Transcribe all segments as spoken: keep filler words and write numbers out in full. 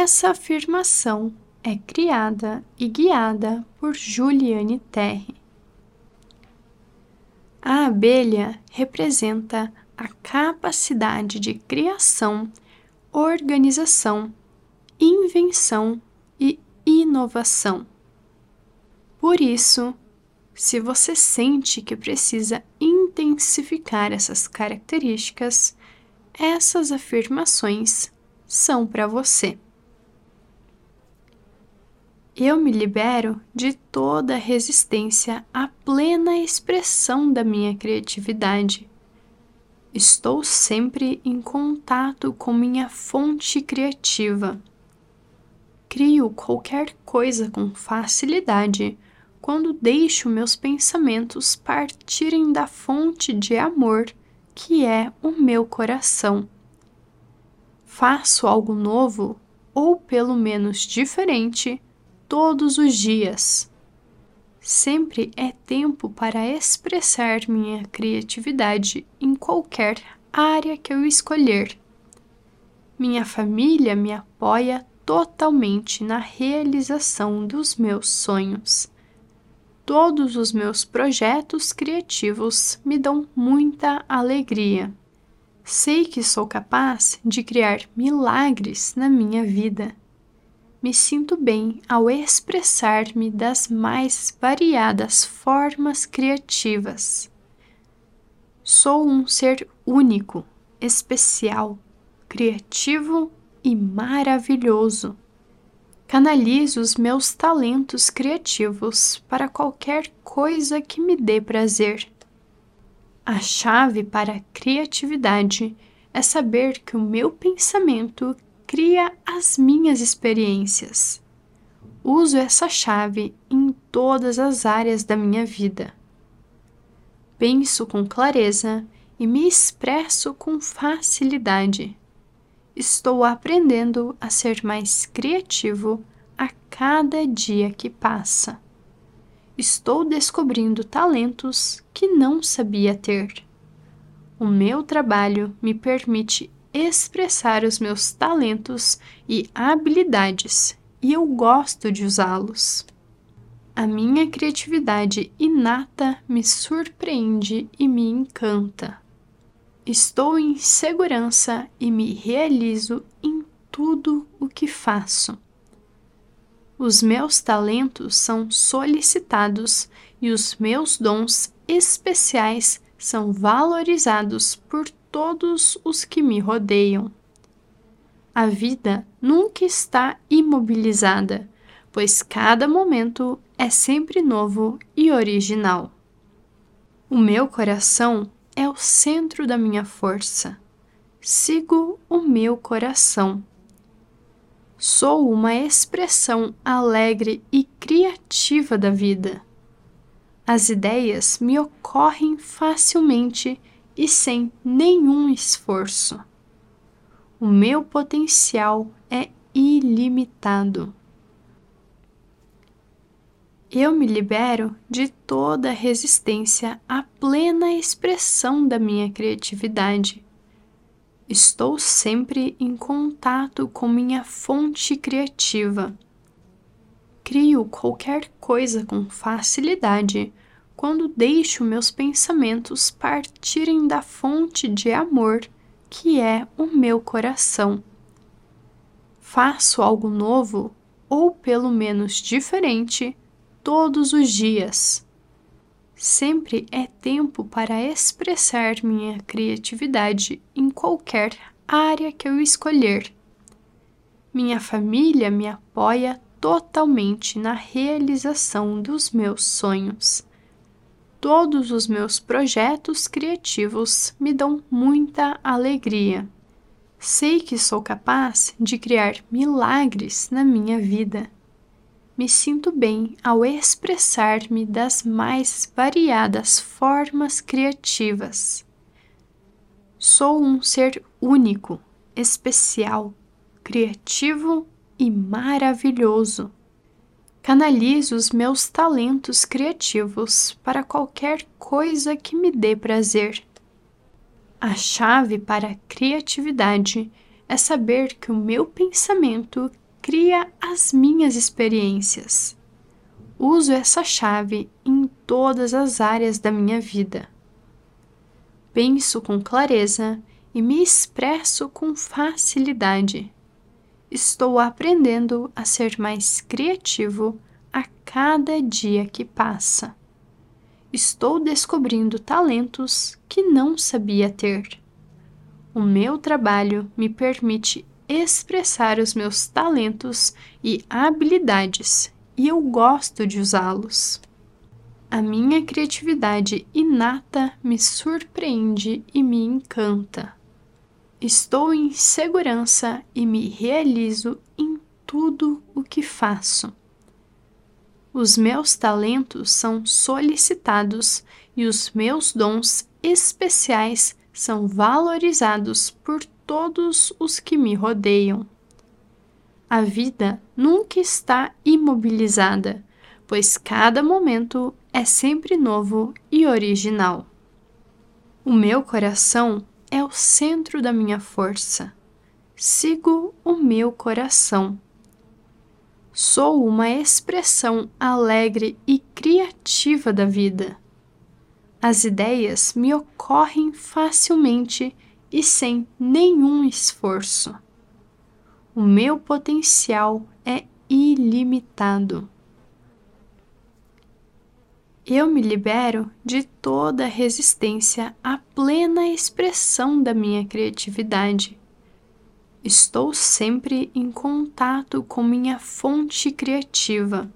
Essa afirmação é criada e guiada por Juliane Terry. A abelha representa a capacidade de criação, organização, invenção e inovação. Por isso, se você sente que precisa intensificar essas características, essas afirmações são para você. Eu me libero de toda resistência à plena expressão da minha criatividade. Estou sempre em contato com minha fonte criativa. Crio qualquer coisa com facilidade quando deixo meus pensamentos partirem da fonte de amor que é o meu coração. Faço algo novo, ou pelo menos diferente, todos os dias. Sempre é tempo para expressar minha criatividade em qualquer área que eu escolher. Minha família me apoia totalmente na realização dos meus sonhos. Todos os meus projetos criativos me dão muita alegria. Sei que sou capaz de criar milagres na minha vida. Me sinto bem ao expressar-me das mais variadas formas criativas. Sou um ser único, especial, criativo e maravilhoso. Canalizo os meus talentos criativos para qualquer coisa que me dê prazer. A chave para a criatividade é saber que o meu pensamento cria as minhas experiências. Uso essa chave em todas as áreas da minha vida. Penso com clareza e me expresso com facilidade. Estou aprendendo a ser mais criativo a cada dia que passa. Estou descobrindo talentos que não sabia ter. O meu trabalho me permite expressar os meus talentos e habilidades, e eu gosto de usá-los. A minha criatividade inata me surpreende e me encanta. Estou em segurança e me realizo em tudo o que faço. Os meus talentos são solicitados e os meus dons especiais são valorizados por todos os que me rodeiam. A vida nunca está imobilizada, pois cada momento é sempre novo e original. O meu coração é o centro da minha força. Sigo o meu coração. Sou uma expressão alegre e criativa da vida. As ideias me ocorrem facilmente e sem nenhum esforço. O meu potencial é ilimitado. Eu me libero de toda resistência à plena expressão da minha criatividade. Estou sempre em contato com minha fonte criativa. Crio qualquer coisa com facilidade quando deixo meus pensamentos partirem da fonte de amor que é o meu coração. Faço algo novo, ou pelo menos diferente, todos os dias. Sempre é tempo para expressar minha criatividade em qualquer área que eu escolher. Minha família me apoia totalmente na realização dos meus sonhos. Todos os meus projetos criativos me dão muita alegria. Sei que sou capaz de criar milagres na minha vida. Me sinto bem ao expressar-me das mais variadas formas criativas. Sou um ser único, especial, criativo e maravilhoso. Canalizo os meus talentos criativos para qualquer coisa que me dê prazer. A chave para a criatividade é saber que o meu pensamento cria as minhas experiências. Uso essa chave em todas as áreas da minha vida. Penso com clareza e me expresso com facilidade. Estou aprendendo a ser mais criativo a cada dia que passa. Estou descobrindo talentos que não sabia ter. O meu trabalho me permite expressar os meus talentos e habilidades, e eu gosto de usá-los. A minha criatividade inata me surpreende e me encanta. Estou em segurança e me realizo em tudo o que faço. Os meus talentos são solicitados e os meus dons especiais são valorizados por todos os que me rodeiam. A vida nunca está imobilizada, pois cada momento é sempre novo e original. O meu coração é o centro da minha força. Sigo o meu coração. Sou uma expressão alegre e criativa da vida. As ideias me ocorrem facilmente e sem nenhum esforço. O meu potencial é ilimitado. Eu me libero de toda resistência à plena expressão da minha criatividade. Estou sempre em contato com minha fonte criativa.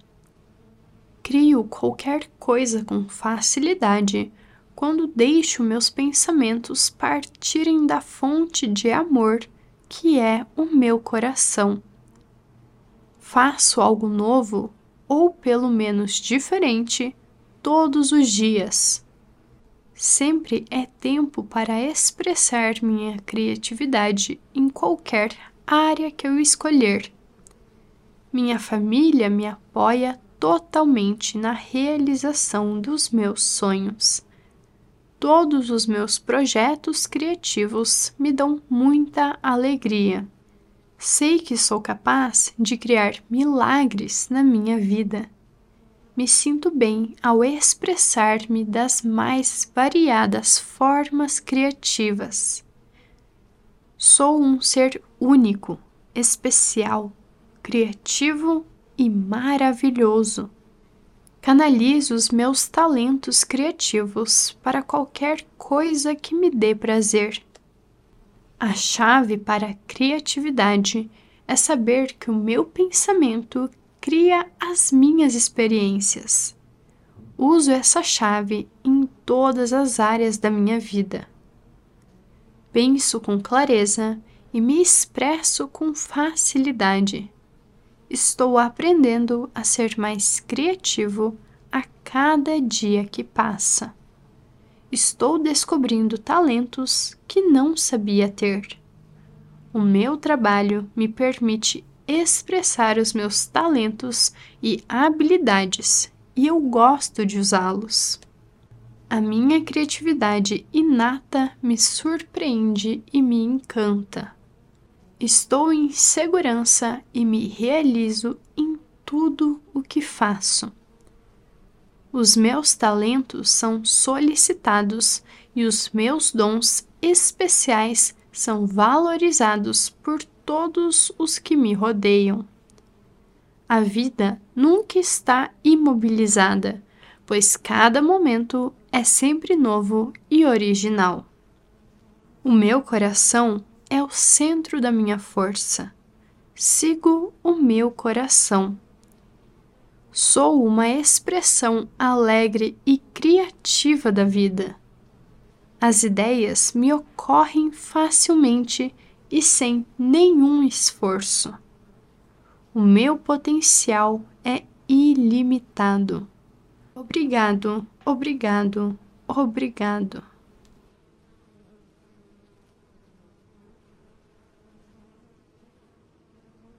Crio qualquer coisa com facilidade quando deixo meus pensamentos partirem da fonte de amor que é o meu coração. Faço algo novo, ou pelo menos diferente, todos os dias. Sempre é tempo para expressar minha criatividade em qualquer área que eu escolher. Minha família me apoia totalmente na realização dos meus sonhos. Todos os meus projetos criativos me dão muita alegria. Sei que sou capaz de criar milagres na minha vida. Me sinto bem ao expressar-me das mais variadas formas criativas. Sou um ser único, especial, criativo e maravilhoso. Canalizo os meus talentos criativos para qualquer coisa que me dê prazer. A chave para a criatividade é saber que o meu pensamento cria as minhas experiências. Uso essa chave em todas as áreas da minha vida. Penso com clareza e me expresso com facilidade. Estou aprendendo a ser mais criativo a cada dia que passa. Estou descobrindo talentos que não sabia ter. O meu trabalho me permite expressar os meus talentos e habilidades, e eu gosto de usá-los. A minha criatividade inata me surpreende e me encanta. Estou em segurança e me realizo em tudo o que faço. Os meus talentos são solicitados e os meus dons especiais são valorizados por todos os que me rodeiam. A vida nunca está imobilizada, pois cada momento é sempre novo e original. O meu coração é o centro da minha força. Sigo o meu coração. Sou uma expressão alegre e criativa da vida. As ideias me ocorrem facilmente e sem nenhum esforço. O meu potencial é ilimitado. Obrigado, obrigado, obrigado.